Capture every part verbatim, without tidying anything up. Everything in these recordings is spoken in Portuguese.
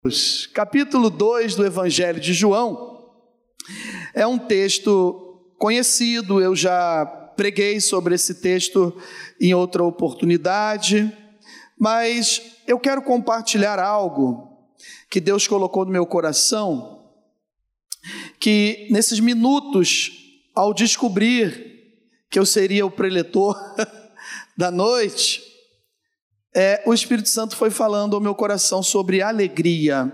Capítulo dois do Evangelho de João é um texto conhecido, eu já preguei sobre esse texto em outra oportunidade, mas eu quero compartilhar algo que Deus colocou no meu coração, que nesses minutos, ao descobrir que eu seria o preletor da noite, É, o Espírito Santo foi falando ao meu coração sobre alegria,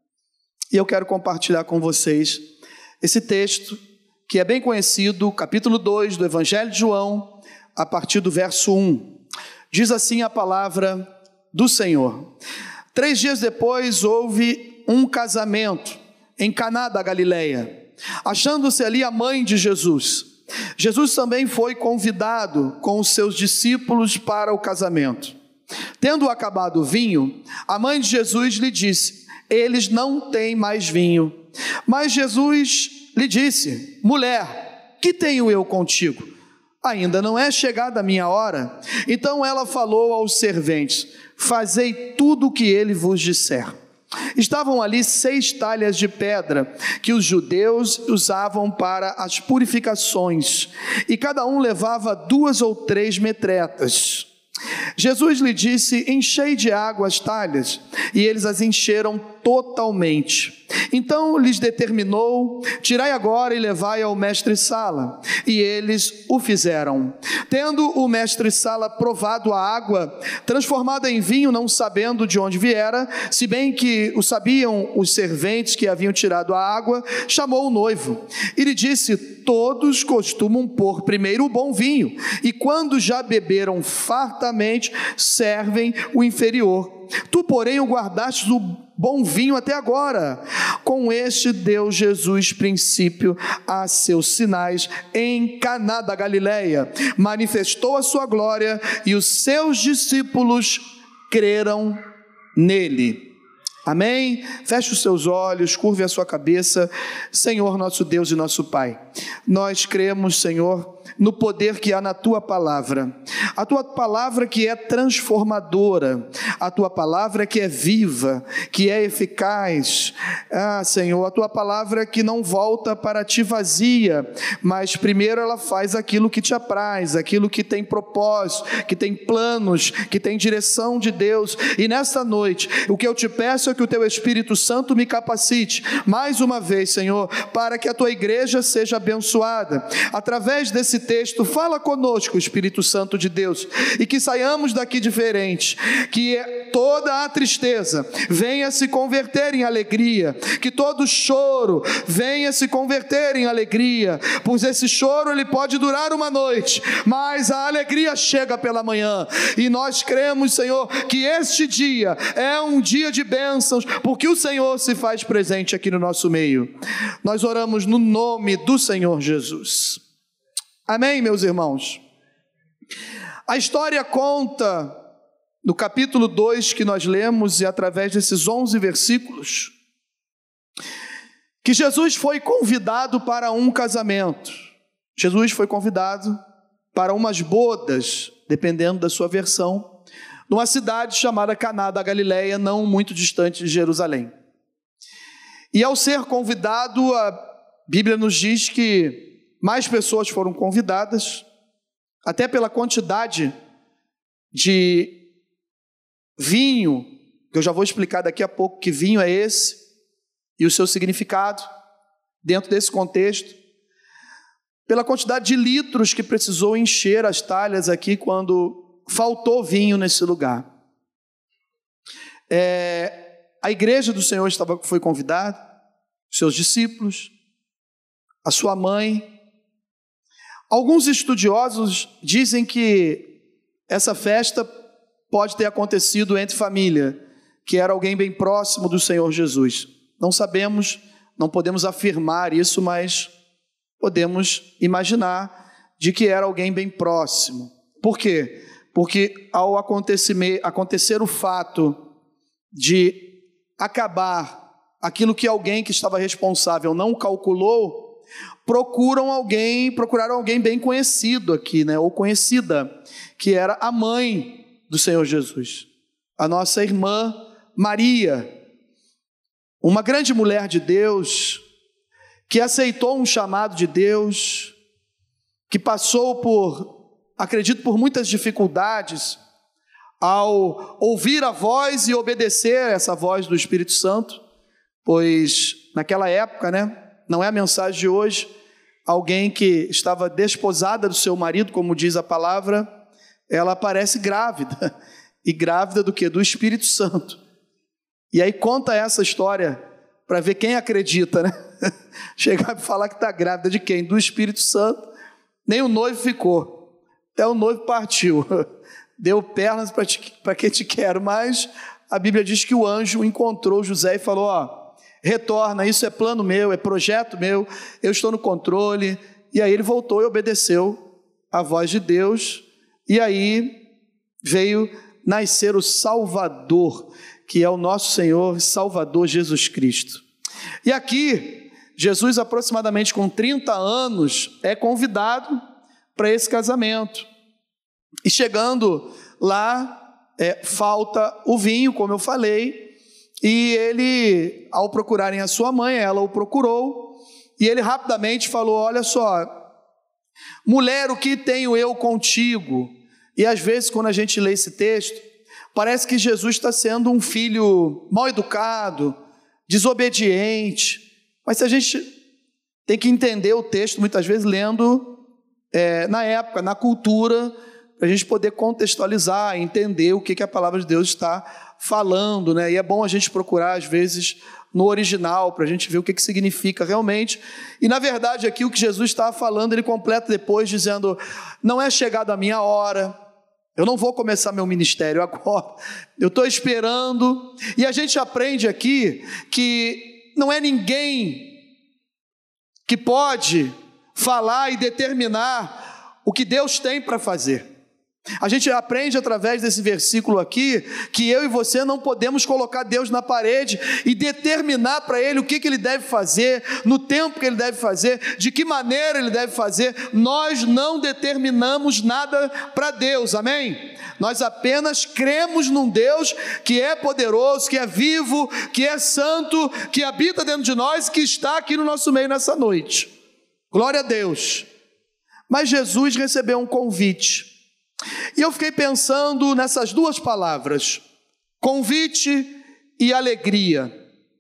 e eu quero compartilhar com vocês esse texto, que é bem conhecido, capítulo dois do Evangelho de João, a partir do verso um, diz assim a palavra do Senhor: Três dias depois houve um casamento em Caná da Galileia, achando-se ali a mãe de Jesus. Jesus também foi convidado com os seus discípulos para o casamento. Tendo acabado o vinho, a mãe de Jesus lhe disse: eles não têm mais vinho. Mas Jesus lhe disse: mulher, que tenho eu contigo? Ainda não é chegada a minha hora. Então ela falou aos serventes: fazei tudo o que ele vos disser. Estavam ali seis talhas de pedra que os judeus usavam para as purificações, e cada um levava duas ou três metretas. Jesus lhe disse: enchei de água as talhas, e eles as encheram totalmente. Então lhes determinou: tirai agora e levai ao mestre-sala. E eles o fizeram. Tendo o mestre-sala provado a água, transformada em vinho, não sabendo de onde viera, se bem que o sabiam os serventes que haviam tirado a água, chamou o noivo e lhe disse: todos costumam pôr primeiro o bom vinho, e quando já beberam fartamente, servem o inferior. Tu, porém, o guardastes o bom vinho até agora. Com este deu Jesus princípio a seus sinais em Caná da Galileia. Manifestou a sua glória e os seus discípulos creram nele. Amém? Feche os seus olhos, curve a sua cabeça. Senhor, nosso Deus e nosso Pai, nós cremos, Senhor, no poder que há na Tua Palavra, a Tua Palavra que é transformadora, a Tua Palavra que é viva, que é eficaz. Ah, Senhor, a Tua Palavra que não volta para Ti vazia, mas primeiro ela faz aquilo que Te apraz, aquilo que tem propósito, que tem planos, que tem direção de Deus. E nesta noite, o que eu Te peço é que o Teu Espírito Santo me capacite, mais uma vez, Senhor, para que a Tua igreja seja abençoada. Através desse texto, fala conosco, Espírito Santo de Deus, e que saiamos daqui diferente, que toda a tristeza venha se converter em alegria, que todo choro venha se converter em alegria, pois esse choro ele pode durar uma noite, mas a alegria chega pela manhã, e nós cremos, Senhor, que este dia é um dia de bênçãos, porque o Senhor se faz presente aqui no nosso meio. Nós oramos no nome do Senhor Jesus. Amém, meus irmãos? A história conta, no capítulo dois que nós lemos, e através desses onze versículos, que Jesus foi convidado para um casamento. Jesus foi convidado para umas bodas, dependendo da sua versão, numa cidade chamada Caná da Galileia, não muito distante de Jerusalém. E ao ser convidado, a Bíblia nos diz que mais pessoas foram convidadas, até pela quantidade de vinho, que eu já vou explicar daqui a pouco que vinho é esse, e o seu significado, dentro desse contexto, pela quantidade de litros que precisou encher as talhas aqui, quando faltou vinho nesse lugar. É, a igreja do Senhor estava, foi convidada, seus discípulos, a sua mãe. Alguns estudiosos dizem que essa festa pode ter acontecido entre família, que era alguém bem próximo do Senhor Jesus. Não sabemos, não podemos afirmar isso, mas podemos imaginar de que era alguém bem próximo. Por quê? Porque ao acontecer, acontecer o fato de acabar aquilo que alguém que estava responsável não calculou, procuram alguém, procuraram alguém bem conhecido aqui, né, ou conhecida, que era a mãe do Senhor Jesus, a nossa irmã Maria. uma grande mulher de Deus, que aceitou um chamado de Deus, que passou por, acredito, por muitas dificuldades, ao ouvir a voz e obedecer essa voz do Espírito Santo, pois naquela época, né, não é a mensagem de hoje, alguém que estava desposada do seu marido, como diz a palavra, ela aparece grávida, e grávida do quê? Do Espírito Santo. E aí conta essa história, para ver quem acredita, né? Chegar e falar que está grávida de quem? Do Espírito Santo, nem o noivo ficou, até o noivo partiu, deu pernas para que te quero, mas a Bíblia diz que o anjo encontrou José e falou, ó, retorna, isso é plano meu, é projeto meu, eu estou no controle. E aí ele voltou e obedeceu a voz de Deus, e aí veio nascer o Salvador, que é o nosso Senhor e Salvador Jesus Cristo. E aqui, Jesus, aproximadamente com trinta anos, é convidado para esse casamento. E chegando lá, é, falta o vinho, como eu falei, e ele, ao procurarem a sua mãe, ela o procurou, e ele rapidamente falou, olha só, mulher, o que tenho eu contigo? E às vezes, quando a gente lê esse texto, parece que Jesus está sendo um filho mal educado, desobediente, mas a gente tem que entender o texto, muitas vezes, lendo é, na época, na cultura, para a gente poder contextualizar, entender o que, que a palavra de Deus está falando, né? E é bom a gente procurar, às vezes, no original, para a gente ver o que, que significa realmente. E, na verdade, aqui o que Jesus estava falando, ele completa depois, dizendo, não é chegada a minha hora, eu não vou começar meu ministério agora, eu estou esperando. E a gente aprende aqui que não é ninguém que pode falar e determinar o que Deus tem para fazer. A gente aprende através desse versículo aqui que eu e você não podemos colocar Deus na parede e determinar para Ele o que, que Ele deve fazer, no tempo que Ele deve fazer, de que maneira Ele deve fazer. Nós não determinamos nada para Deus, amém? Nós apenas cremos num Deus que é poderoso, que é vivo, que é santo, que habita dentro de nós, que está aqui no nosso meio nessa noite. Glória a Deus. Mas Jesus recebeu um convite. E eu fiquei pensando nessas duas palavras, convite e alegria.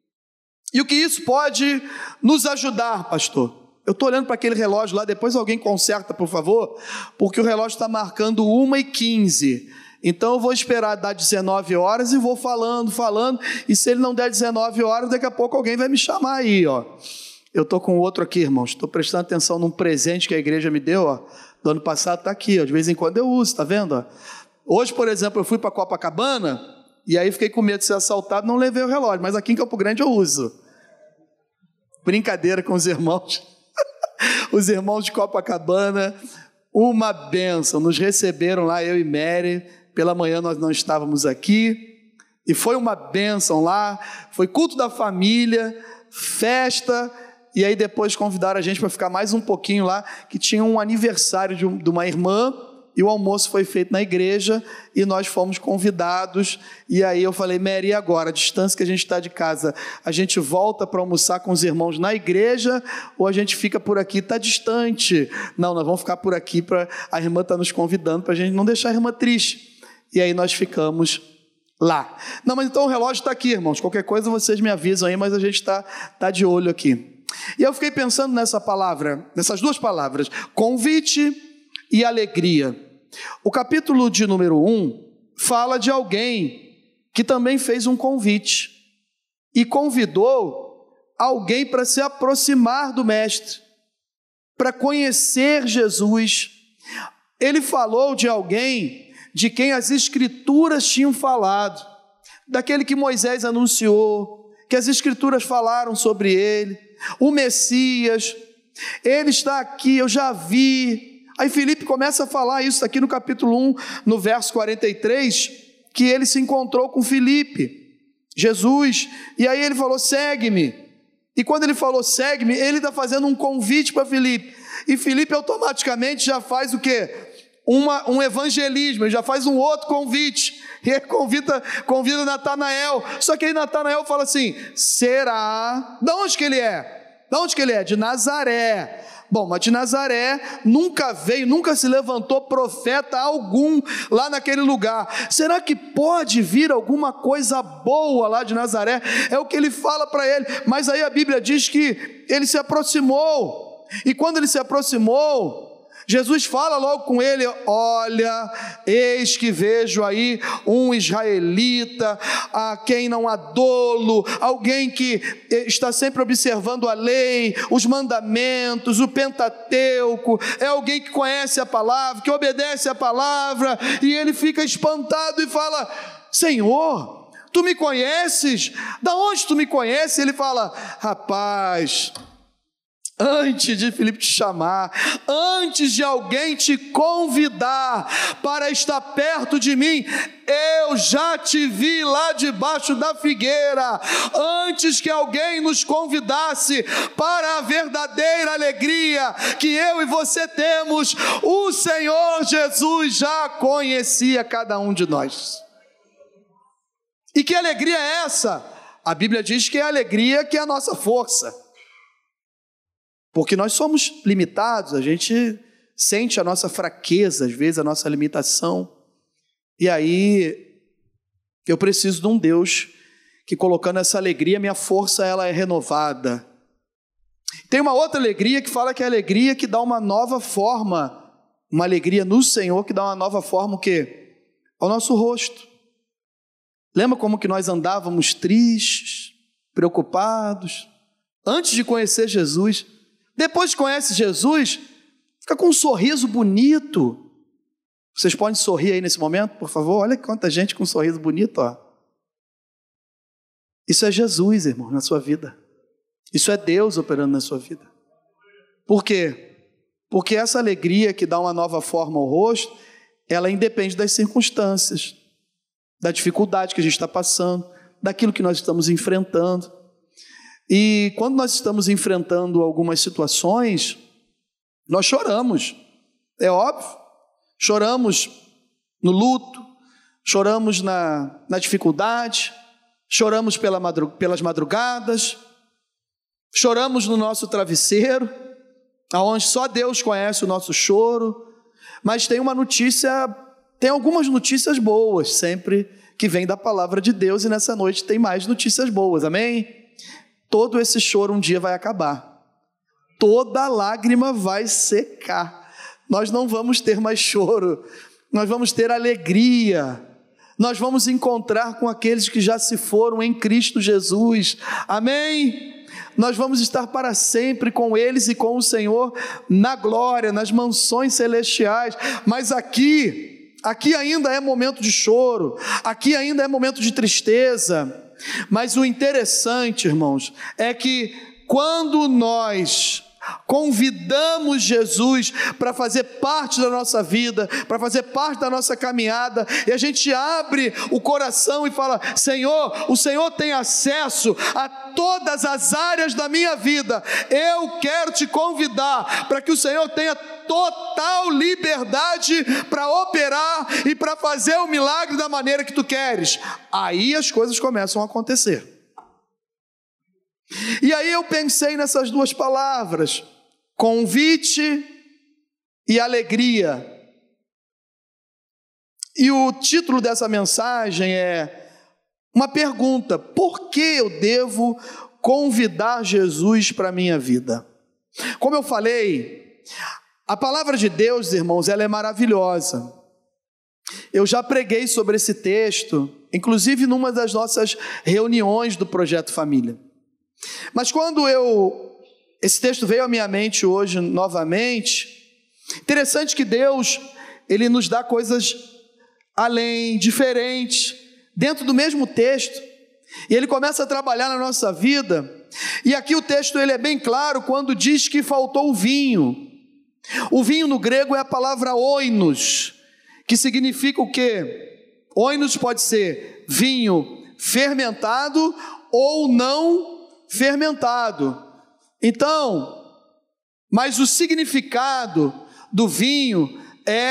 E o que isso pode nos ajudar, pastor? Eu estou olhando para aquele relógio lá, depois alguém conserta, por favor, porque o relógio está marcando uma e quinze. Então eu vou esperar dar dezenove horas e vou falando, falando, e se ele não der dezenove horas, daqui a pouco alguém vai me chamar aí, ó. Eu estou com outro aqui, irmãos, estou prestando atenção num presente que a igreja me deu, ó. Do ano passado está aqui, ó. De vez em quando eu uso, está vendo? Ó? Hoje, por exemplo, eu fui para Copacabana e aí fiquei com medo de ser assaltado, não levei o relógio, mas aqui em Campo Grande eu uso. Brincadeira com os irmãos, os irmãos de Copacabana, uma bênção, nos receberam lá, eu e Mary, pela manhã nós não estávamos aqui, e foi uma bênção lá, foi culto da família, festa. E aí depois convidaram a gente para ficar mais um pouquinho lá, que tinha um aniversário de, um, de uma irmã, e o almoço foi feito na igreja, e nós fomos convidados, e aí eu falei, Mary, e agora? A distância que a gente está de casa, a gente volta para almoçar com os irmãos na igreja, ou a gente fica por aqui? Está distante. Não, nós vamos ficar por aqui, pra, a irmã está nos convidando, para a gente não deixar a irmã triste. E aí nós ficamos lá. Não, mas então o relógio está aqui, irmãos, qualquer coisa vocês me avisam aí, mas a gente está tá de olho aqui. E eu fiquei pensando nessa palavra, nessas duas palavras, convite e alegria. O capítulo de número um fala de alguém que também fez um convite e convidou alguém para se aproximar do Mestre, para conhecer Jesus. Ele falou de alguém de quem as Escrituras tinham falado, daquele que Moisés anunciou, que as Escrituras falaram sobre ele, o Messias. Ele está aqui, eu já vi. Aí Filipe começa a falar isso aqui no capítulo um, no verso quarenta e três, que ele se encontrou com Filipe, Jesus, e aí ele falou, segue-me. E quando ele falou, segue-me, ele está fazendo um convite para Filipe, e Filipe automaticamente já faz o quê? uma, um evangelismo, ele já faz um outro convite, e ele convida, convida Natanael, só que aí Natanael fala assim, será, de onde que ele é? De onde que ele é? De Nazaré. Bom, mas de Nazaré nunca veio, nunca se levantou profeta algum lá naquele lugar. Será que pode vir alguma coisa boa lá de Nazaré? É o que ele fala para ele, mas aí a Bíblia diz que ele se aproximou, e quando ele se aproximou, Jesus fala logo com ele, olha, eis que vejo aí um israelita, a quem não há dolo, alguém que está sempre observando a lei, os mandamentos, o Pentateuco, é alguém que conhece a palavra, que obedece a palavra, e ele fica espantado e fala, Senhor, tu me conheces? Da onde tu me conheces? Ele fala, rapaz, antes de Filipe te chamar, antes de alguém te convidar para estar perto de mim, eu já te vi lá debaixo da figueira, antes que alguém nos convidasse para a verdadeira alegria que eu e você temos, o Senhor Jesus já conhecia cada um de nós. E que alegria é essa? A Bíblia diz que é a alegria que é a nossa força. Porque nós somos limitados, a gente sente a nossa fraqueza, às vezes a nossa limitação, e aí eu preciso de um Deus que, colocando essa alegria, minha força ela é renovada. Tem uma outra alegria que fala que é a alegria que dá uma nova forma, uma alegria no Senhor que dá uma nova forma o quê? Ao nosso rosto. Lembra como que nós andávamos tristes, preocupados, antes de conhecer Jesus? Depois que conhece Jesus, fica com um sorriso bonito. Vocês podem sorrir aí nesse momento, por favor? Olha quanta gente com um sorriso bonito, ó. Isso é Jesus, irmão, na sua vida. Isso é Deus operando na sua vida. Por quê? Porque essa alegria que dá uma nova forma ao rosto, ela independe das circunstâncias, da dificuldade que a gente está passando, daquilo que nós estamos enfrentando. E quando nós estamos enfrentando algumas situações, nós choramos, é óbvio, choramos no luto, choramos na, na dificuldade, choramos pela madru- pelas madrugadas, choramos no nosso travesseiro, aonde só Deus conhece o nosso choro, mas tem uma notícia, tem algumas notícias boas, sempre que vem da palavra de Deus, e nessa noite tem mais notícias boas, amém? Todo esse choro um dia vai acabar, toda lágrima vai secar, nós não vamos ter mais choro, nós vamos ter alegria, nós vamos encontrar com aqueles que já se foram em Cristo Jesus, amém? Nós vamos estar para sempre com eles e com o Senhor na glória, nas mansões celestiais, mas aqui, aqui ainda é momento de choro, aqui ainda é momento de tristeza. Mas o interessante, irmãos, é que quando nós convidamos Jesus para fazer parte da nossa vida, para fazer parte da nossa caminhada, e a gente abre o coração e fala, Senhor, o Senhor tem acesso a todas as áreas da minha vida, eu quero te convidar para que o Senhor tenha total liberdade para operar e para fazer o milagre da maneira que tu queres. Aí as coisas começam a acontecer. E aí eu pensei nessas duas palavras, convite e alegria. E o título dessa mensagem é uma pergunta: por que eu devo convidar Jesus para a minha vida? Como eu falei, a palavra de Deus, irmãos, ela é maravilhosa. Eu já preguei sobre esse texto, inclusive numa das nossas reuniões do Projeto Família. Mas quando eu, esse texto veio à minha mente hoje novamente, interessante que Deus, Ele nos dá coisas além, diferentes, dentro do mesmo texto, e Ele começa a trabalhar na nossa vida, e aqui o texto ele é bem claro quando diz que faltou o vinho. O vinho no grego é a palavra oinos, que significa o quê? Oinos pode ser vinho fermentado ou não fermentado. Então, mas o significado do vinho é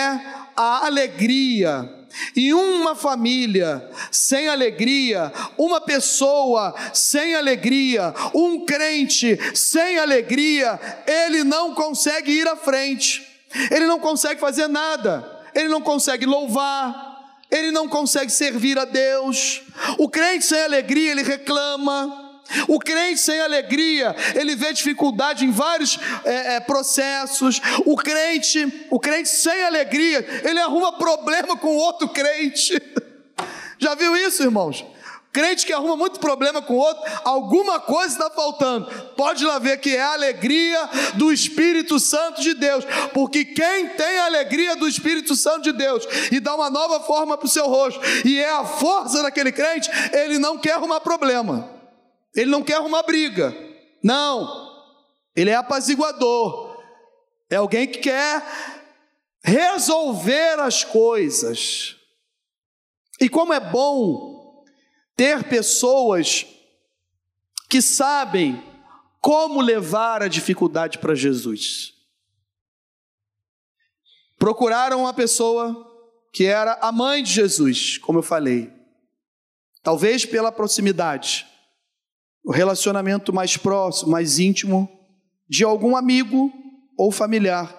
a alegria. E uma família sem alegria, uma pessoa sem alegria, um crente sem alegria, ele não consegue ir à frente, ele não consegue fazer nada, ele não consegue louvar, ele não consegue servir a Deus. O crente sem alegria, ele reclama. O crente sem alegria, ele vê dificuldade em vários é, é, processos. O crente, o crente sem alegria, ele arruma problema com outro crente. Já viu isso, irmãos? Crente que arruma muito problema com outro, alguma coisa está faltando. Pode lá ver que é a alegria do Espírito Santo de Deus, porque quem tem a alegria do Espírito Santo de Deus e dá uma nova forma para o seu rosto, e é a força daquele crente, ele não quer arrumar problema. Ele não quer arrumar briga, não, ele é apaziguador, é alguém que quer resolver as coisas. E como é bom ter pessoas que sabem como levar a dificuldade para Jesus. Procuraram uma pessoa que era a mãe de Jesus, como eu falei, talvez pela proximidade, o relacionamento mais próximo, mais íntimo de algum amigo ou familiar.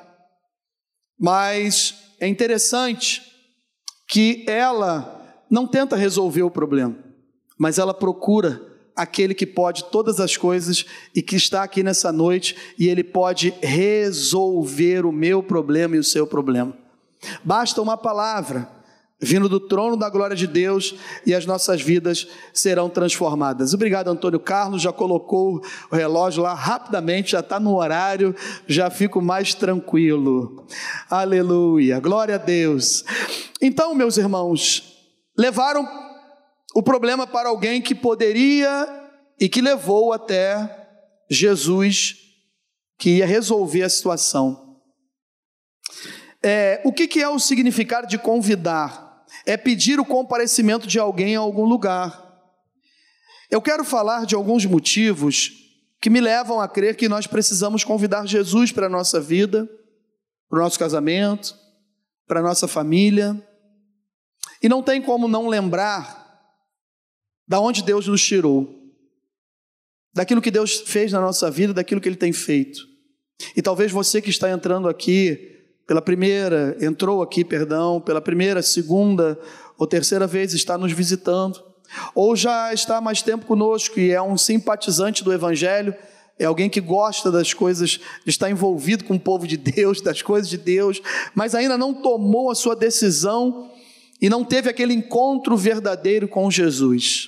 Mas é interessante que ela não tenta resolver o problema, mas ela procura aquele que pode todas as coisas e que está aqui nessa noite, e ele pode resolver o meu problema e o seu problema. Basta uma palavra vindo do trono da glória de Deus, e as nossas vidas serão transformadas. Obrigado, Antônio Carlos, já colocou o relógio lá rapidamente, já está no horário, já fico mais tranquilo. Aleluia, glória a Deus. Então, meus irmãos, levaram o problema para alguém que poderia e que levou até Jesus, que ia resolver a situação. É, o que, que é o significado de convidar? É pedir o comparecimento de alguém a algum lugar. Eu quero falar de alguns motivos que me levam a crer que nós precisamos convidar Jesus para a nossa vida, para o nosso casamento, para a nossa família. E não tem como não lembrar da onde Deus nos tirou, daquilo que Deus fez na nossa vida, daquilo que Ele tem feito. E talvez você que está entrando aqui pela primeira, entrou aqui, perdão, pela primeira, segunda ou terceira vez está nos visitando, ou já está há mais tempo conosco e é um simpatizante do Evangelho, é alguém que gosta das coisas, está envolvido com o povo de Deus, das coisas de Deus, mas ainda não tomou a sua decisão e não teve aquele encontro verdadeiro com Jesus.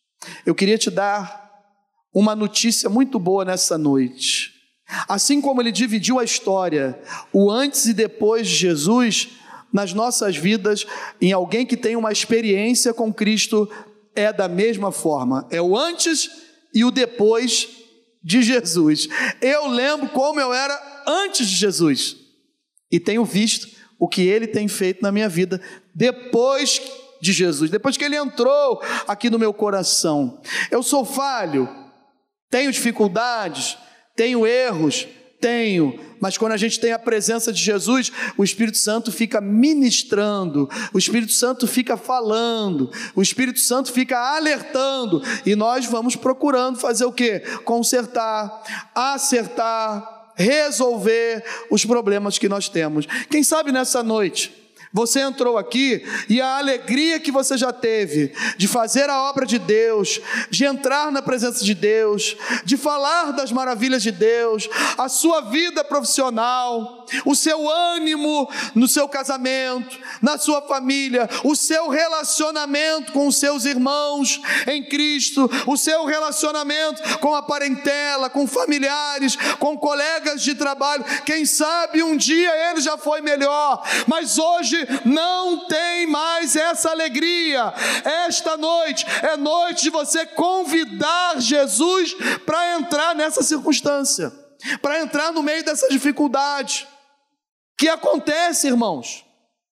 Eu queria te dar uma notícia muito boa nessa noite. Assim como Ele dividiu a história, o antes e depois de Jesus, nas nossas vidas, em alguém que tem uma experiência com Cristo, é da mesma forma, é o antes e o depois de Jesus. Eu lembro como eu era antes de Jesus, e tenho visto o que Ele tem feito na minha vida, depois de Jesus, depois que Ele entrou aqui no meu coração. Eu sou falho, tenho dificuldades, tenho erros, tenho, mas quando a gente tem a presença de Jesus, o Espírito Santo fica ministrando, o Espírito Santo fica falando, o Espírito Santo fica alertando, e nós vamos procurando fazer o quê? Consertar, acertar, resolver os problemas que nós temos. Quem sabe nessa noite você entrou aqui e a alegria que você já teve de fazer a obra de Deus, de entrar na presença de Deus, de falar das maravilhas de Deus, a sua vida profissional, o seu ânimo no seu casamento, na sua família, o seu relacionamento com os seus irmãos em Cristo, o seu relacionamento com a parentela, com familiares, com colegas de trabalho. Quem sabe um dia ele já foi melhor, mas hoje não tem mais essa alegria. Esta noite é noite de você convidar Jesus para entrar nessa circunstância, para entrar no meio dessa dificuldade que acontece, irmãos.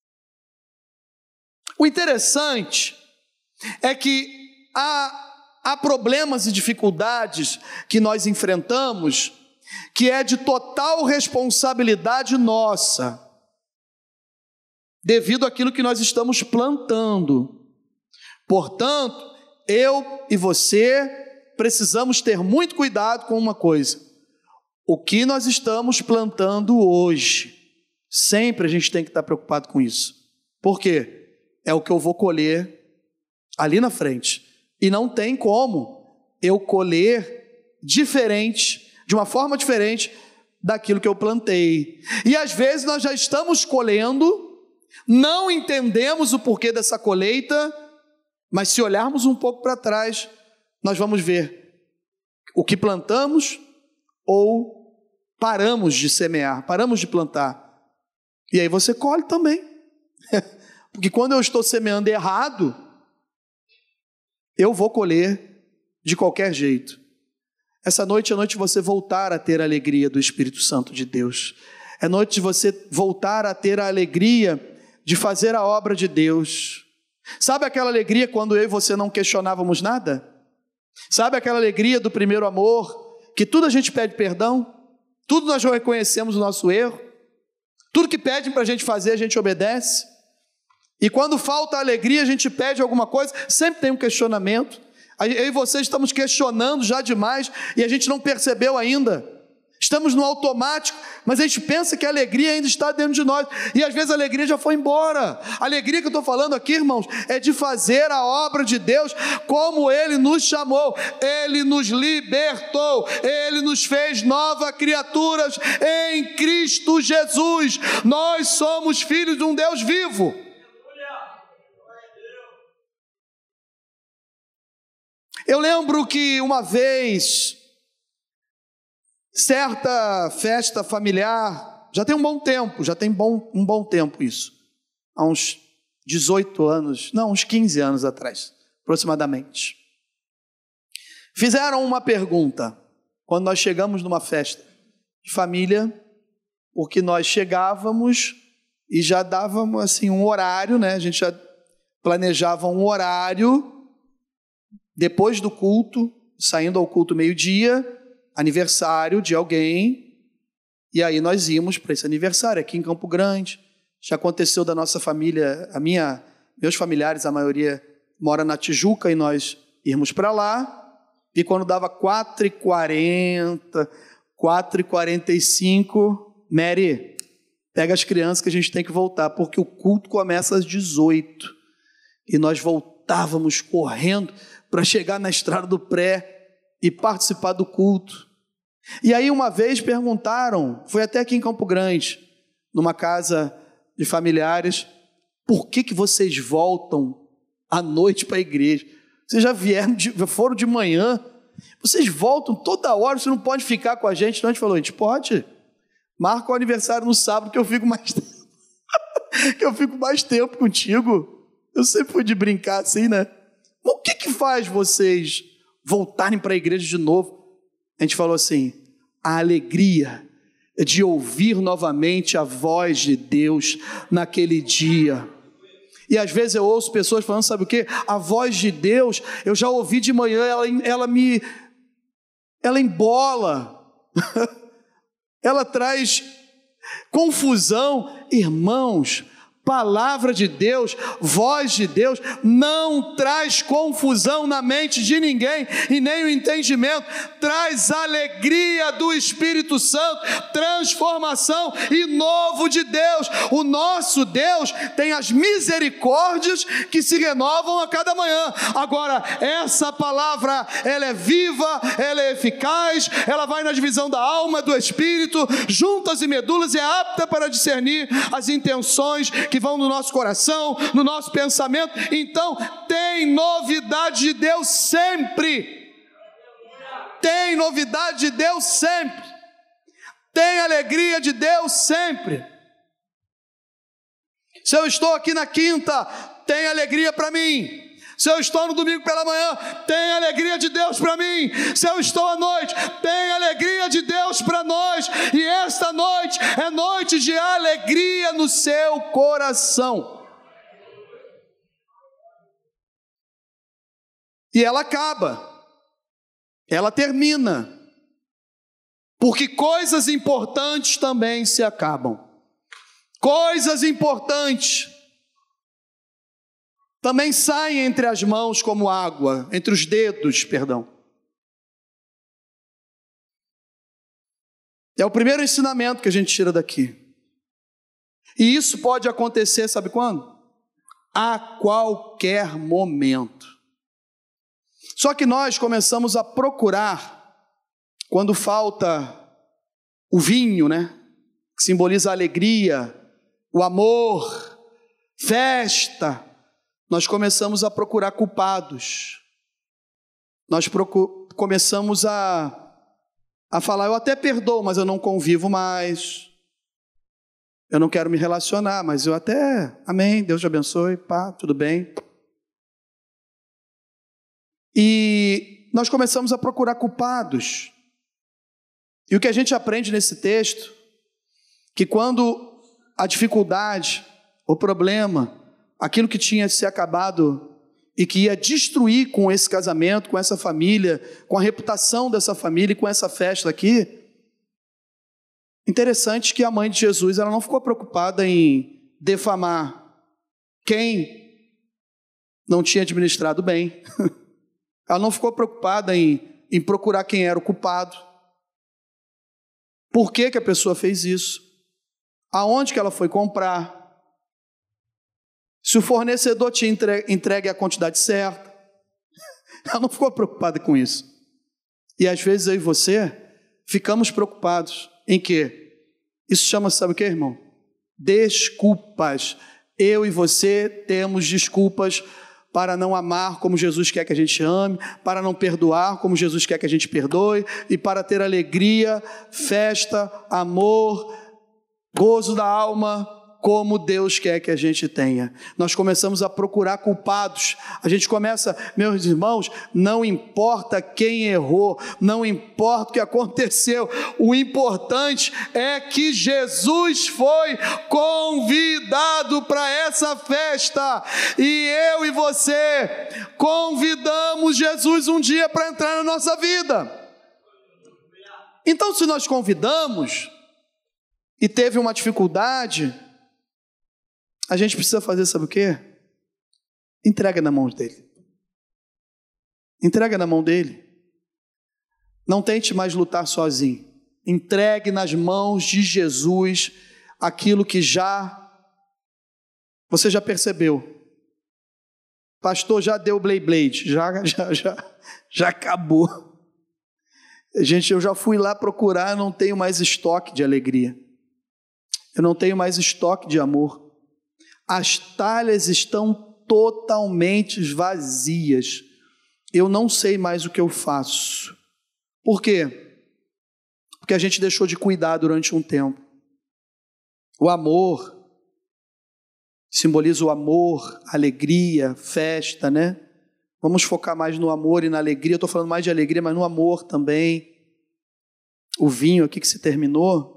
O interessante é que há, há problemas e dificuldades que nós enfrentamos que é de total responsabilidade nossa. devido àquilo que nós estamos plantando. Portanto, eu e você precisamos ter muito cuidado com uma coisa: o que nós estamos plantando hoje. Sempre a gente tem que estar preocupado com isso. Por quê? É o que eu vou colher ali na frente. E não tem como eu colher diferente, de uma forma diferente daquilo que eu plantei. E às vezes nós já estamos colhendo, não entendemos o porquê dessa colheita, mas se olharmos um pouco para trás, nós vamos ver o que plantamos ou paramos de semear, paramos de plantar. E aí você colhe também. Porque quando eu estou semeando errado, eu vou colher de qualquer jeito. Essa noite é noite de você voltar a ter a alegria do Espírito Santo de Deus. É noite de você voltar a ter a alegria de fazer a obra de Deus. Sabe aquela alegria quando eu e você não questionávamos nada? Sabe aquela alegria do primeiro amor, que tudo a gente pede perdão? Tudo nós já reconhecemos o nosso erro? Tudo que pedem para a gente fazer, a gente obedece? E quando falta alegria, a gente pede alguma coisa, sempre tem um questionamento. Eu e você estamos questionando já demais e a gente não percebeu ainda. Estamos no automático, mas a gente pensa que a alegria ainda está dentro de nós. E às vezes a alegria já foi embora. A alegria que eu estou falando aqui, irmãos, é de fazer a obra de Deus como Ele nos chamou. Ele nos libertou. Ele nos fez novas criaturas em Cristo Jesus. Nós somos filhos de um Deus vivo. Eu lembro que uma vez, certa festa familiar, já tem um bom tempo, já tem bom, um bom tempo isso, há uns dezoito anos, não, uns quinze anos atrás, aproximadamente. Fizeram uma pergunta, quando nós chegamos numa festa de família, porque nós chegávamos e já dávamos assim um horário, né? A gente já planejava um horário, depois do culto, saindo ao culto meio-dia, aniversário de alguém, e aí nós íamos para esse aniversário aqui em Campo Grande. Já aconteceu da nossa família, a minha, meus familiares, a maioria mora na Tijuca, e nós irmos para lá, e quando dava quatro e quarenta, quatro e quarenta e cinco, Mary, pega as crianças que a gente tem que voltar, porque o culto começa às dezoito, e nós voltávamos correndo para chegar na estrada do pré e participar do culto. E aí uma vez perguntaram, foi até aqui em Campo Grande, numa casa de familiares, por que que vocês voltam à noite para a igreja? Vocês já vieram, de, já foram de manhã, vocês voltam toda hora, você não pode ficar com a gente? Não, a gente falou, a gente pode, marca o aniversário no sábado que eu fico mais tempo, que eu fico mais tempo contigo. Eu sempre fui de brincar assim, né? Mas o que que faz vocês voltarem para a igreja de novo? A gente falou assim, a alegria de ouvir novamente a voz de Deus naquele dia. E às vezes eu ouço pessoas falando, sabe o quê? A voz de Deus, eu já ouvi de manhã, ela, ela me, ela embola, ela traz confusão. Irmãos, palavra de Deus, voz de Deus, não traz confusão na mente de ninguém e nem o entendimento, traz alegria do Espírito Santo, transformação e novo de Deus. O nosso Deus tem as misericórdias que se renovam a cada manhã. Agora, essa palavra, ela é viva, ela é eficaz, ela vai na divisão da alma, do Espírito, juntas e medulas, e é apta para discernir as intenções que vão no nosso coração, no nosso pensamento. Então, tem novidade de Deus sempre. Tem novidade de Deus sempre. Tem alegria de Deus sempre. Se eu estou aqui na quinta, tem alegria para mim. Se eu estou no domingo pela manhã, tem alegria de Deus para mim. Se eu estou à noite, tem alegria de Deus para nós. E esta noite é noite de alegria no seu coração. E ela acaba, ela termina, porque coisas importantes também se acabam. coisas importantes também saem entre as mãos como água, entre os dedos, perdão. É o primeiro ensinamento que a gente tira daqui. E isso pode acontecer, sabe quando? A qualquer momento. Só que nós começamos a procurar, quando falta o vinho, né? Que simboliza a alegria, o amor, festa, nós começamos a procurar culpados. Nós procu- começamos a, a falar, eu até perdoo, mas eu não convivo mais. Eu não quero me relacionar, mas eu até, amém, Deus te abençoe, pá, tudo bem. E nós começamos a procurar culpados. E o que a gente aprende nesse texto, que quando a dificuldade, o problema, aquilo que tinha se acabado e que ia destruir com esse casamento, com essa família, com a reputação dessa família e com essa festa aqui, interessante que a mãe de Jesus, ela não ficou preocupada em defamar quem não tinha administrado bem. Ela não ficou preocupada em, em procurar quem era o culpado. Por que que a pessoa fez isso? Aonde que ela foi comprar? Se o fornecedor tinha entregue a quantidade certa. Ela não ficou preocupada com isso. E às vezes eu e você ficamos preocupados em quê? Isso chama, sabe o que, irmão? Desculpas. Eu e você temos desculpas para não amar como Jesus quer que a gente ame, para não perdoar como Jesus quer que a gente perdoe, e para ter alegria, festa, amor, gozo da alma, como Deus quer que a gente tenha. Nós começamos a procurar culpados. A gente começa, meus irmãos, não importa quem errou, não importa o que aconteceu, o importante é que Jesus foi convidado para essa festa, e eu e você convidamos Jesus um dia para entrar na nossa vida. Então, se nós convidamos e teve uma dificuldade, a gente precisa fazer, sabe o quê? Entrega na mão dele. Entrega na mão dele. Não tente mais lutar sozinho. Entregue nas mãos de Jesus aquilo que já, você já percebeu. Pastor, já deu Blade Blade, já, já, já, já acabou. Gente, eu já fui lá procurar, não tenho mais estoque de alegria. Eu não tenho mais estoque de amor. As talhas estão totalmente vazias. Eu não sei mais o que eu faço. Por quê? Porque a gente deixou de cuidar durante um tempo. O amor simboliza o amor, alegria, festa, né? Vamos focar mais no amor e na alegria. Eu estou falando mais de alegria, mas no amor também. O vinho aqui que se terminou,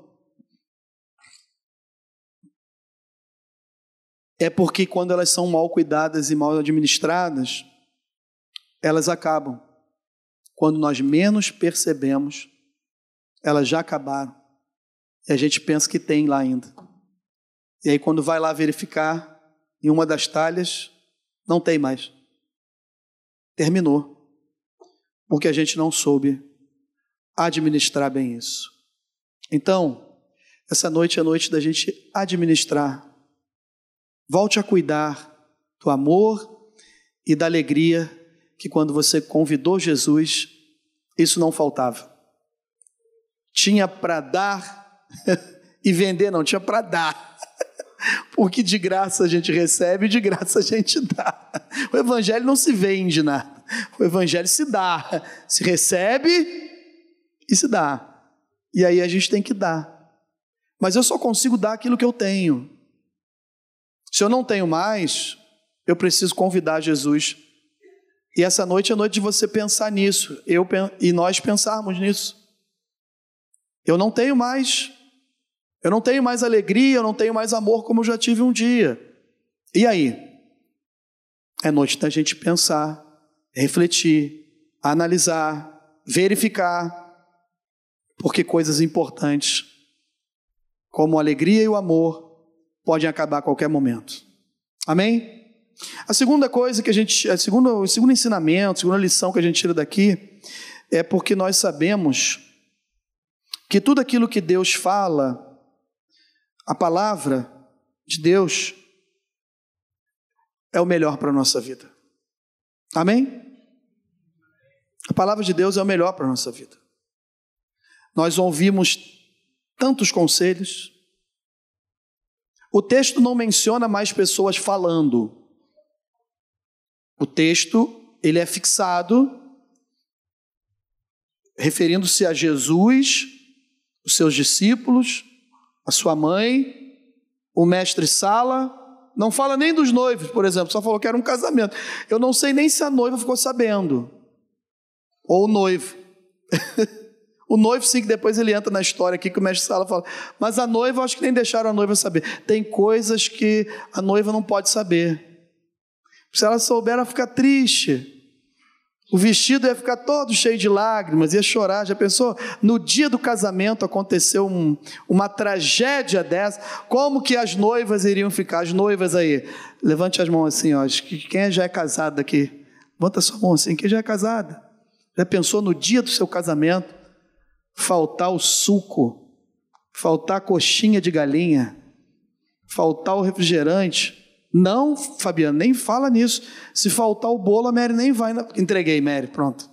é porque quando elas são mal cuidadas e mal administradas, elas acabam. Quando nós menos percebemos, elas já acabaram. E a gente pensa que tem lá ainda. E aí quando vai lá verificar, em uma das talhas, não tem mais. Terminou. Porque a gente não soube administrar bem isso. Então, essa noite é a noite da gente administrar. Volte a cuidar do amor e da alegria que quando você convidou Jesus, isso não faltava. Tinha para dar e vender, não, tinha para dar. Porque de graça a gente recebe e de graça a gente dá. O evangelho não se vende nada. O evangelho se dá. Se recebe e se dá. E aí a gente tem que dar. Mas eu só consigo dar aquilo que eu tenho. Se eu não tenho mais, eu preciso convidar Jesus. E essa noite é a noite de você pensar nisso. Eu, e nós pensarmos nisso. Eu não tenho mais. Eu não tenho mais alegria, eu não tenho mais amor como eu já tive um dia. E aí? É noite da gente pensar, refletir, analisar, verificar. Porque coisas importantes, como a alegria e o amor, podem acabar a qualquer momento. Amém? A segunda coisa que a gente, a segunda, o segundo ensinamento, a segunda lição que a gente tira daqui é porque nós sabemos que tudo aquilo que Deus fala, a palavra de Deus, é o melhor para a nossa vida. Amém? A palavra de Deus é o melhor para a nossa vida. Nós ouvimos tantos conselhos. O texto não menciona mais pessoas falando. O texto, ele é fixado, referindo-se a Jesus, os seus discípulos, a sua mãe, o mestre Sala. Não fala nem dos noivos, por exemplo, só falou que era um casamento. Eu não sei nem se a noiva ficou sabendo, ou o noivo. O noivo sim, que depois ele entra na história aqui, que o mestre Sala fala, mas a noiva, eu acho que nem deixaram a noiva saber. Tem coisas que a noiva não pode saber. Se ela souber, ela fica triste. O vestido ia ficar todo cheio de lágrimas, ia chorar. Já pensou? No dia do casamento aconteceu um, uma tragédia dessa. Como que as noivas iriam ficar? As noivas aí, levante as mãos assim, ó. Quem já é casado aqui? Levanta a sua mão assim, quem já é casada? Já pensou no dia do seu casamento? Faltar o suco, faltar a coxinha de galinha, faltar o refrigerante. Não, Fabiano, nem fala nisso. Se faltar o bolo, a Mary nem vai. Na... Entreguei, Mary, pronto.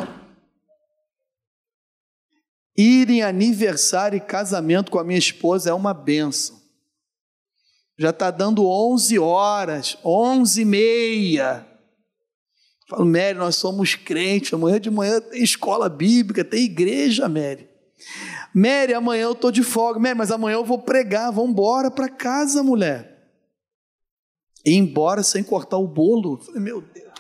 Ir em aniversário e casamento com a minha esposa é uma bênção. Já está dando onze horas, onze e meia. Falo, Mary, nós somos crentes, amanhã de manhã tem escola bíblica, tem igreja, Mary. Mary, amanhã eu estou de folga. Mary, mas amanhã eu vou pregar, vamos embora para casa, mulher. E ir embora sem cortar o bolo. Falei, meu Deus.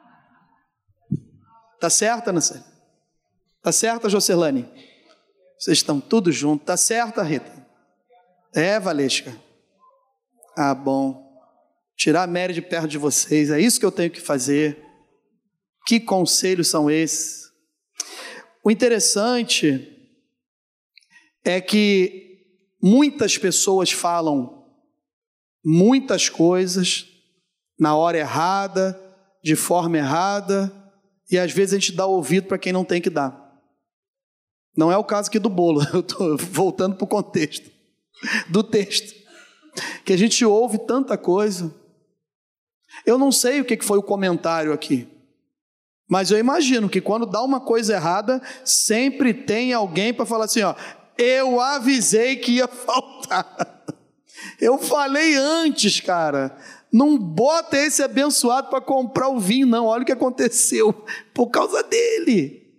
Tá certa, Nassé? Tá certa, Jocelane? Vocês estão tudo juntos. Tá certa, Rita? É, Valesca? Ah, bom. Tirar a Mary de perto de vocês, é isso que eu tenho que fazer. Que conselhos são esses? O interessante é que muitas pessoas falam muitas coisas na hora errada, de forma errada, e às vezes a gente dá ouvido para quem não tem que dar. Não é o caso aqui do bolo, eu estou voltando para o contexto do texto, que a gente ouve tanta coisa. Eu não sei o que foi o comentário aqui, mas eu imagino que quando dá uma coisa errada, sempre tem alguém para falar assim, ó, eu avisei que ia faltar. Eu falei antes, cara, não bota esse abençoado para comprar o vinho, não. Olha o que aconteceu por causa dele.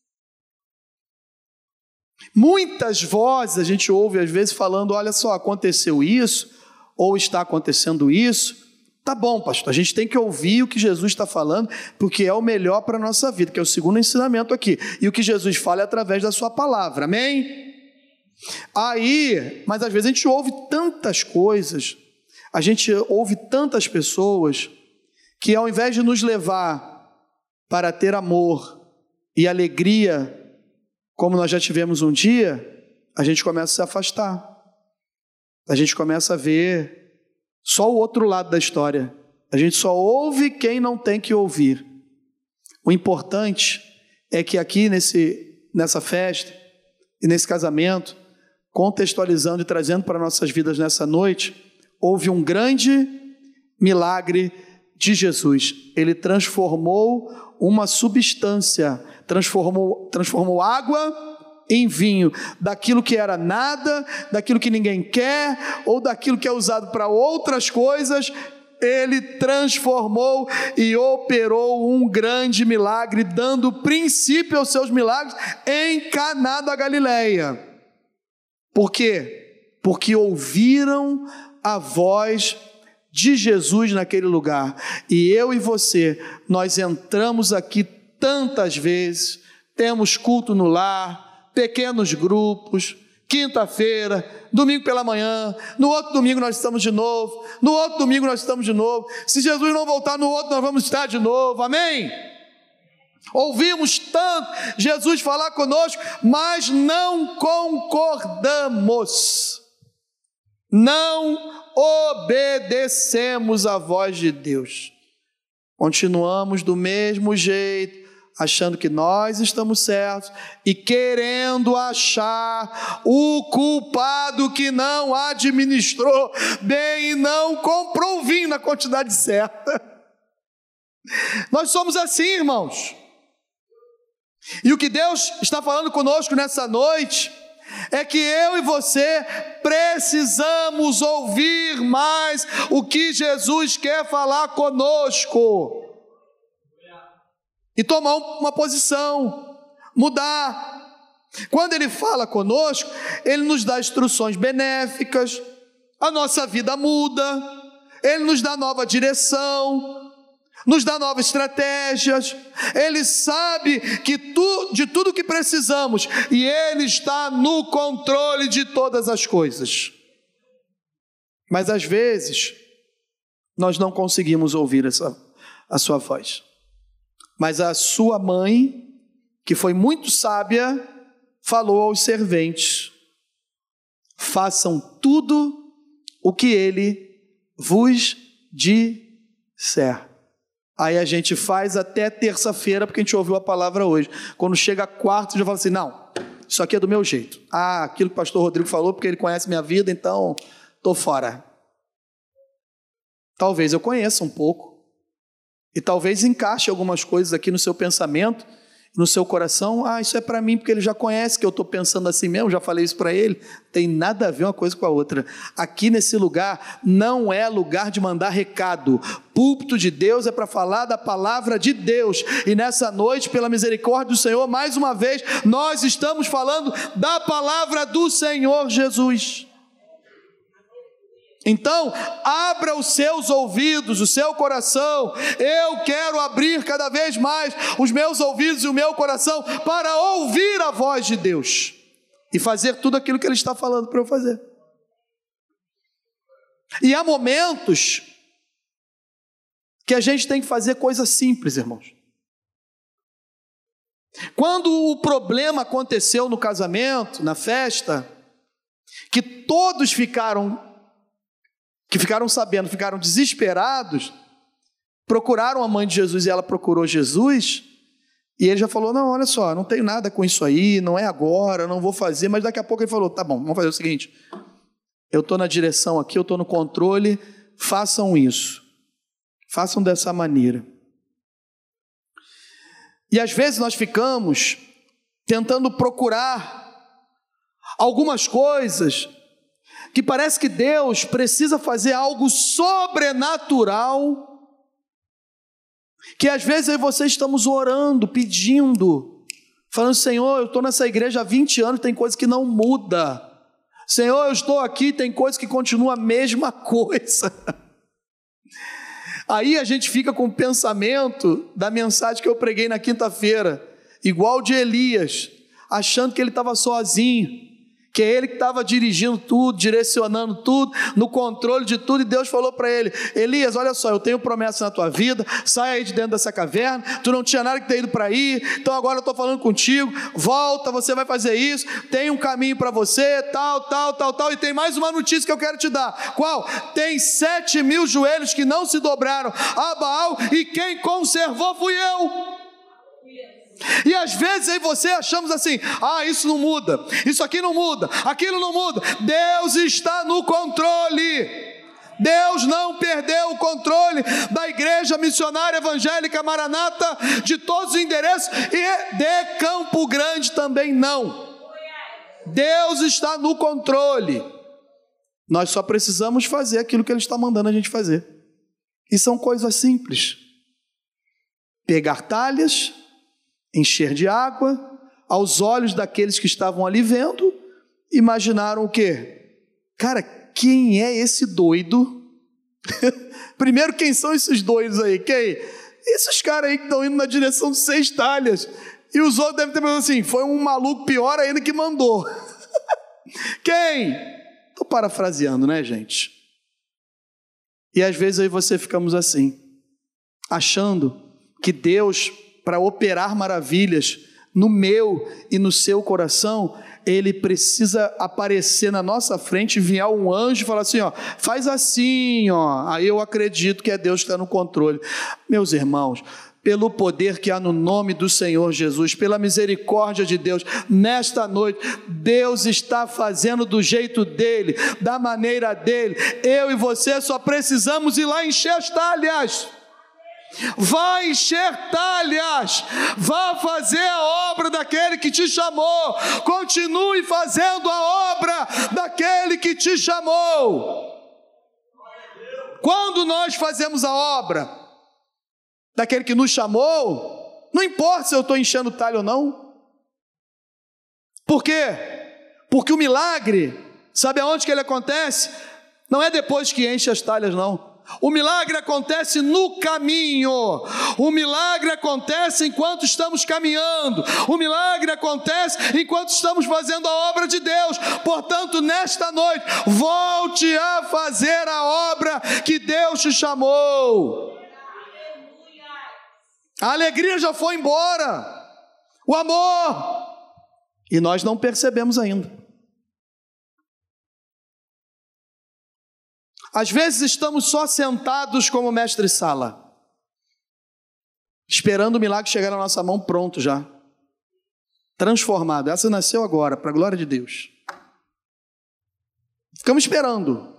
Muitas vozes a gente ouve às vezes falando, olha só, aconteceu isso, ou está acontecendo isso. Tá bom, pastor, a gente tem que ouvir o que Jesus está falando, porque é o melhor para a nossa vida, que é o segundo ensinamento aqui. E o que Jesus fala é através da sua palavra, amém? Aí, mas às vezes a gente ouve tantas coisas, a gente ouve tantas pessoas, que ao invés de nos levar para ter amor e alegria, como nós já tivemos um dia, a gente começa a se afastar. A gente começa a ver só o outro lado da história. A gente só ouve quem não tem que ouvir. O importante é que aqui nesse, nessa festa e nesse casamento, contextualizando e trazendo para nossas vidas nessa noite, houve um grande milagre de Jesus. Ele transformou uma substância, transformou, transformou água em vinho, daquilo que era nada, daquilo que ninguém quer, ou daquilo que é usado para outras coisas, ele transformou e operou um grande milagre, dando princípio aos seus milagres em Caná da Galileia. Por quê? Porque ouviram a voz de Jesus naquele lugar. E eu e você, nós entramos aqui tantas vezes, temos culto no lar, pequenos grupos, quinta-feira, domingo pela manhã, no outro domingo nós estamos de novo, no outro domingo nós estamos de novo, se Jesus não voltar no outro nós vamos estar de novo, amém? Ouvimos tanto Jesus falar conosco, mas não concordamos. não obedecemos à voz de Deus. Continuamos do mesmo jeito, achando que nós estamos certos e querendo achar o culpado que não administrou bem e não comprou o vinho na quantidade certa. Nós somos assim, irmãos. E o que Deus está falando conosco nessa noite é que eu e você precisamos ouvir mais o que Jesus quer falar conosco e tomar uma posição, mudar. Quando Ele fala conosco, Ele nos dá instruções benéficas, a nossa vida muda, Ele nos dá nova direção, nos dá novas estratégias. Ele sabe que tu, de tudo que precisamos, e Ele está no controle de todas as coisas. Mas às vezes nós não conseguimos ouvir essa, a sua voz. Mas a sua mãe, que foi muito sábia, falou aos serventes: façam tudo o que Ele vos disser. Aí a gente faz até terça-feira, porque a gente ouviu a palavra hoje. Quando chega quarta, já fala assim: não, isso aqui é do meu jeito. Ah, aquilo que o pastor Rodrigo falou, porque ele conhece minha vida, então estou fora. Talvez eu conheça um pouco. E talvez encaixe algumas coisas aqui no seu pensamento, no seu coração. Ah, isso é para mim, porque ele já conhece que eu estou pensando assim mesmo, já falei isso para ele. Tem nada a ver uma coisa com a outra. Aqui nesse lugar não é lugar de mandar recado. Púlpito de Deus é para falar da palavra de Deus. E nessa noite, pela misericórdia do Senhor, mais uma vez, nós estamos falando da palavra do Senhor Jesus. Então, abra os seus ouvidos, o seu coração. Eu quero abrir cada vez mais os meus ouvidos e o meu coração para ouvir a voz de Deus e fazer tudo aquilo que Ele está falando para eu fazer. E há momentos que a gente tem que fazer coisas simples, irmãos. Quando o problema aconteceu no casamento, na festa, que todos ficaram que ficaram sabendo, ficaram desesperados, procuraram a mãe de Jesus e ela procurou Jesus, e ele já falou: não, olha só, não tenho nada com isso aí, não é agora, não vou fazer. Mas daqui a pouco ele falou: tá bom, vamos fazer o seguinte, eu estou na direção aqui, eu estou no controle, façam isso, façam dessa maneira. E às vezes nós ficamos tentando procurar algumas coisas que parece que Deus precisa fazer algo sobrenatural, que às vezes eu e você estamos orando, pedindo, falando: Senhor, eu estou nessa igreja há vinte anos, tem coisa que não muda. Senhor, eu estou aqui, tem coisa que continua a mesma coisa. Aí a gente fica com o pensamento da mensagem que eu preguei na quinta-feira, igual de Elias, achando que ele estava sozinho, que é ele que estava dirigindo tudo, direcionando tudo, no controle de tudo, e Deus falou para ele: Elias, olha só, eu tenho promessa na tua vida, sai aí de dentro dessa caverna, tu não tinha nada que ter ido para aí, então agora eu estou falando contigo, volta, você vai fazer isso, tem um caminho para você, tal, tal, tal, tal, e tem mais uma notícia que eu quero te dar. Qual? Tem sete mil joelhos que não se dobraram a Baal, e quem conservou fui eu. E às vezes aí você achamos assim: ah, isso não muda, isso aqui não muda, aquilo não muda. Deus está no controle. Deus não perdeu o controle da Igreja Missionária Evangélica Maranata, de todos os endereços, e de Campo Grande também não. Deus está no controle. Nós só precisamos fazer aquilo que Ele está mandando a gente fazer. E são coisas simples: pegar talhas, encher de água. Aos olhos daqueles que estavam ali vendo, imaginaram o quê? Cara, quem é esse doido? Primeiro, quem são esses doidos aí? Quem? Esses caras aí que estão indo na direção de seis talhas. E os outros devem ter pensado assim: foi um maluco pior ainda que mandou. Quem? Estou parafraseando, né, gente? E às vezes aí você ficamos assim, achando que Deus, para operar maravilhas no meu e no seu coração, ele precisa aparecer na nossa frente, enviar um anjo e falar assim, ó, faz assim, ó. Aí eu acredito que é Deus que está no controle. Meus irmãos, pelo poder que há no nome do Senhor Jesus, pela misericórdia de Deus, nesta noite, Deus está fazendo do jeito dele, da maneira dele. Eu e você só precisamos ir lá encher as talhas. Vá encher talhas, vá fazer a obra daquele que te chamou, continue fazendo a obra daquele que te chamou. Quando nós fazemos a obra daquele que nos chamou, não importa se eu estou enchendo talho ou não. Por quê? Porque o milagre, sabe aonde que ele acontece? Não é depois que enche as talhas, não. O milagre acontece no caminho, o milagre acontece enquanto estamos caminhando, o milagre acontece enquanto estamos fazendo a obra de Deus. Portanto, nesta noite, volte a fazer a obra que Deus te chamou. A alegria já foi embora, o amor, e nós não percebemos ainda. Às vezes estamos só sentados como mestre-sala, esperando o milagre chegar na nossa mão pronto já, transformado. Essa nasceu agora, para a glória de Deus. Ficamos esperando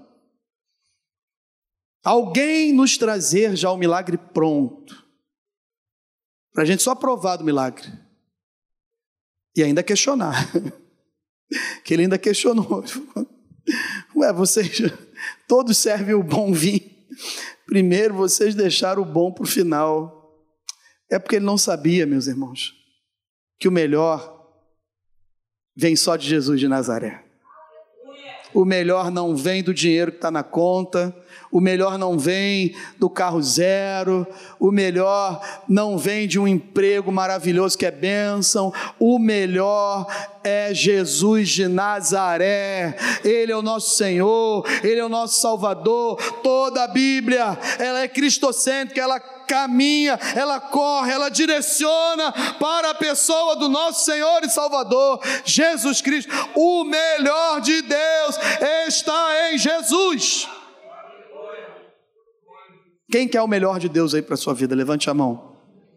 alguém nos trazer já o milagre pronto, para a gente só provar do milagre e ainda questionar, que ele ainda questionou. Ué, vocês todos servem o bom vinho, primeiro vocês deixaram o bom para o final. É porque ele não sabia, meus irmãos, que o melhor vem só de Jesus de Nazaré. O melhor não vem do dinheiro que está na conta, o melhor não vem do carro zero, o melhor não vem de um emprego maravilhoso que é bênção, o melhor é Jesus de Nazaré. Ele é o nosso Senhor, Ele é o nosso Salvador. Toda a Bíblia, ela é cristocêntrica, ela caminha, ela corre, ela direciona para a pessoa do nosso Senhor e Salvador, Jesus Cristo. O melhor de Deus está em Jesus. Quem quer o melhor de Deus aí para a sua vida? Levante a mão.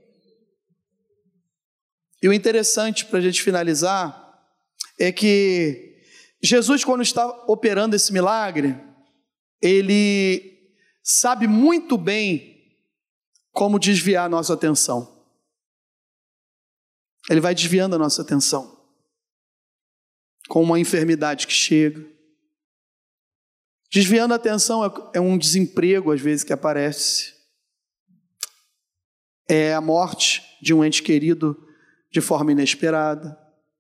E o interessante para a gente finalizar é que Jesus, quando está operando esse milagre, ele sabe muito bem como desviar a nossa atenção. Ele vai desviando a nossa atenção com uma enfermidade que chega. Desviando a atenção é um desemprego, às vezes, que aparece. É a morte de um ente querido de forma inesperada.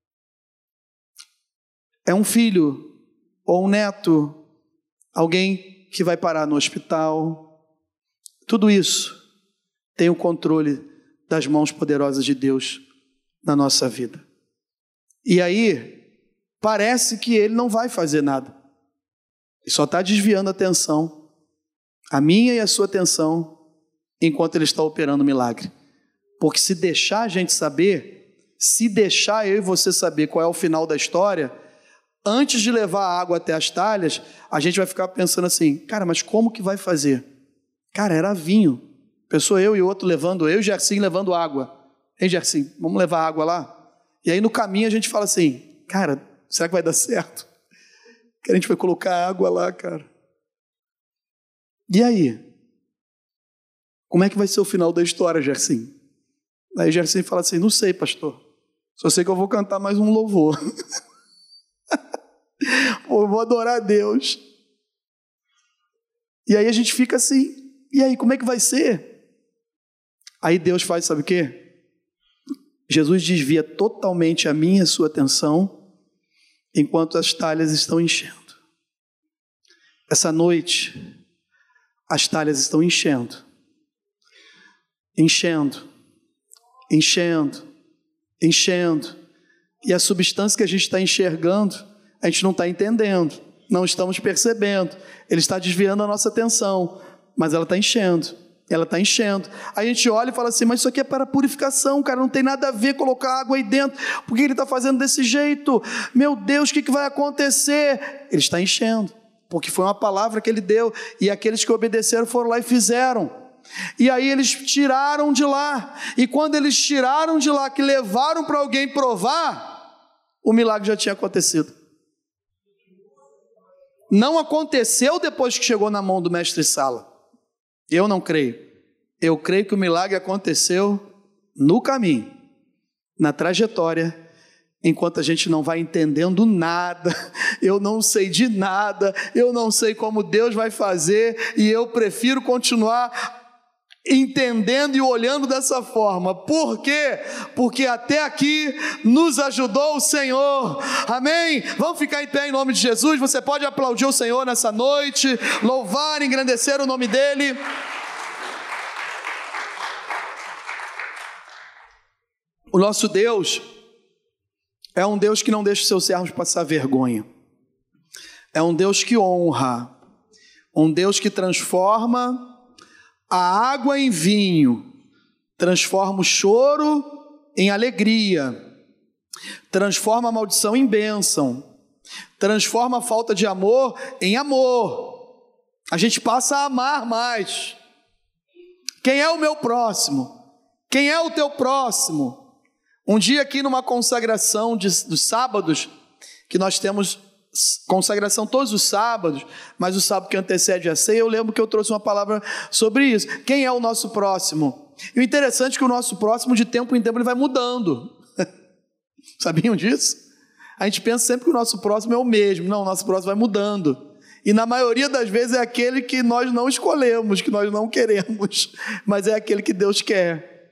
É um filho ou um neto, alguém que vai parar no hospital. Tudo isso tem o controle das mãos poderosas de Deus na nossa vida. E aí, parece que ele não vai fazer nada. Ele só está desviando a atenção, a minha e a sua atenção, enquanto ele está operando o milagre. Porque se deixar a gente saber, se deixar eu e você saber qual é o final da história, antes de levar a água até as talhas, a gente vai ficar pensando assim, cara, mas como que vai fazer? Cara, era vinho. Pensou eu e o outro levando, eu e Gersim levando água. Hein, Gersim, vamos levar água lá? E aí no caminho a gente fala assim, cara, será que vai dar certo? Que a gente vai colocar água lá, cara. E aí? Como é que vai ser o final da história, Gersim? Aí Gersim fala assim, não sei, pastor. Só sei que eu vou cantar mais um louvor. Eu vou adorar a Deus. E aí a gente fica assim, e aí, como é que vai ser? Aí Deus faz, sabe o quê? Jesus desvia totalmente a minha e a sua atenção, enquanto as talhas estão enchendo. Essa noite, as talhas estão enchendo. Enchendo. Enchendo. Enchendo. E a substância que a gente está enxergando, a gente não está entendendo, não estamos percebendo. Ele está desviando a nossa atenção, mas ela está enchendo. Ela está enchendo. Aí a gente olha e fala assim, mas isso aqui é para purificação, cara, não tem nada a ver colocar água aí dentro. Por que ele está fazendo desse jeito? Meu Deus, o que, que vai acontecer? Ele está enchendo, porque foi uma palavra que ele deu, e aqueles que obedeceram foram lá e fizeram. E aí eles tiraram de lá, e quando eles tiraram de lá, que levaram para alguém provar, o milagre já tinha acontecido. Não aconteceu depois que chegou na mão do mestre-sala. Eu não creio. Eu creio que o milagre aconteceu no caminho, na trajetória, enquanto a gente não vai entendendo nada, eu não sei de nada, eu não sei como Deus vai fazer, e eu prefiro continuar entendendo e olhando dessa forma. Por quê? Porque até aqui nos ajudou o Senhor. Amém? Vamos ficar em pé em nome de Jesus. Você pode aplaudir o Senhor nessa noite, louvar, engrandecer o nome dEle. O nosso Deus é um Deus que não deixa os seus servos passar vergonha. É um Deus que honra, um Deus que transforma a água em vinho, transforma o choro em alegria, transforma a maldição em bênção, transforma a falta de amor em amor. A gente passa a amar mais. Quem é o meu próximo? Quem é o teu próximo? Um dia aqui numa consagração de, dos sábados, que nós temos consagração todos os sábados, mas o sábado que antecede a ceia, eu lembro que eu trouxe uma palavra sobre isso. Quem é o nosso próximo? E o interessante é que o nosso próximo, de tempo em tempo, ele vai mudando. Sabiam disso? A gente pensa sempre que o nosso próximo é o mesmo. Não, o nosso próximo vai mudando. E na maioria das vezes é aquele que nós não escolhemos, que nós não queremos, mas é aquele que Deus quer.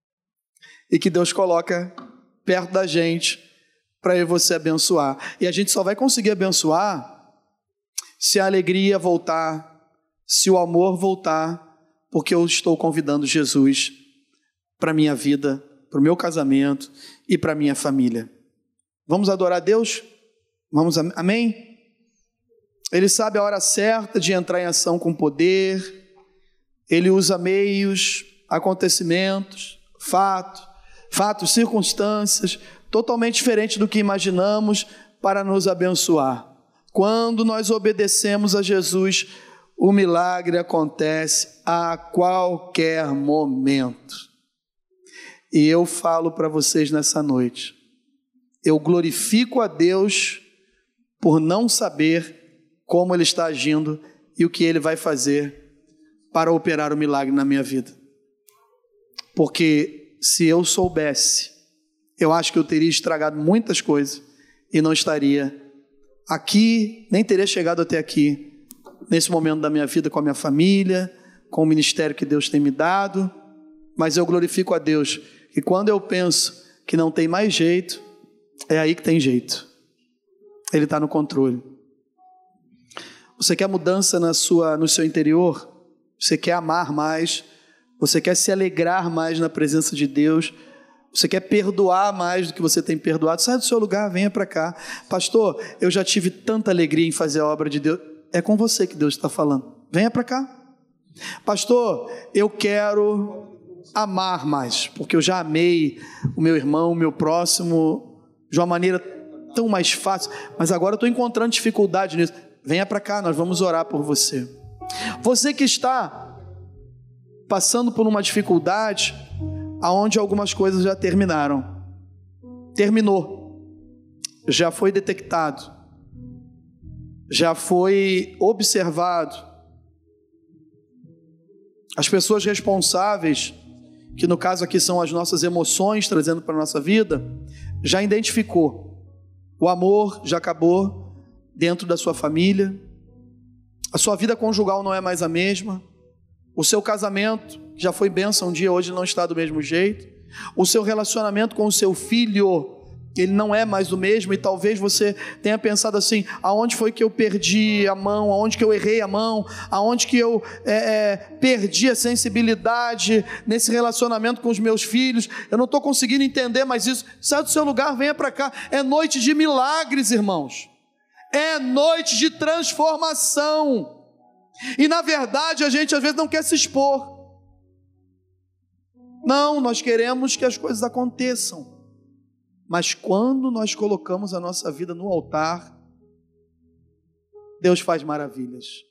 E que Deus coloca perto da gente para eu e você abençoar. E a gente só vai conseguir abençoar se a alegria voltar, se o amor voltar, porque eu estou convidando Jesus para a minha vida, para o meu casamento e para a minha família. Vamos adorar a Deus? Vamos, amém? Ele sabe a hora certa de entrar em ação com poder. Ele usa meios, acontecimentos, fatos, fatos, circunstâncias, totalmente diferente do que imaginamos para nos abençoar. Quando nós obedecemos a Jesus, o milagre acontece a qualquer momento. E eu falo para vocês nessa noite, eu glorifico a Deus por não saber como Ele está agindo e o que Ele vai fazer para operar o milagre na minha vida. Porque se eu soubesse, eu acho que eu teria estragado muitas coisas e não estaria aqui, nem teria chegado até aqui, nesse momento da minha vida com a minha família, com o ministério que Deus tem me dado. Mas eu glorifico a Deus, que quando eu penso que não tem mais jeito, é aí que tem jeito. Ele está no controle. Você quer mudança na sua, no seu interior? Você quer amar mais? Você quer se alegrar mais na presença de Deus? Você quer perdoar mais do que você tem perdoado? Sai do seu lugar, venha para cá. Pastor, eu já tive tanta alegria em fazer a obra de Deus. É com você que Deus está falando. Venha para cá. Pastor, eu quero amar mais, porque eu já amei o meu irmão, o meu próximo, de uma maneira tão mais fácil, mas agora eu estou encontrando dificuldade nisso. Venha para cá, nós vamos orar por você. Você que está passando por uma dificuldade, aonde algumas coisas já terminaram, terminou, já foi detectado, já foi observado. As pessoas responsáveis, que no caso aqui são as nossas emoções trazendo para a nossa vida, já identificou. O amor já acabou dentro da sua família, a sua vida conjugal não é mais a mesma, o seu casamento, que já foi bênção um dia, hoje não está do mesmo jeito, o seu relacionamento com o seu filho, ele não é mais o mesmo, e talvez você tenha pensado assim, aonde foi que eu perdi a mão, aonde que eu errei a mão, aonde que eu é, é, perdi a sensibilidade nesse relacionamento com os meus filhos, eu não estou conseguindo entender mais isso. Sai do seu lugar, venha para cá. É noite de milagres, irmãos, é noite de transformação, e na verdade a gente às vezes não quer se expor, Não, nós queremos que as coisas aconteçam. Mas quando nós colocamos a nossa vida no altar, Deus faz maravilhas.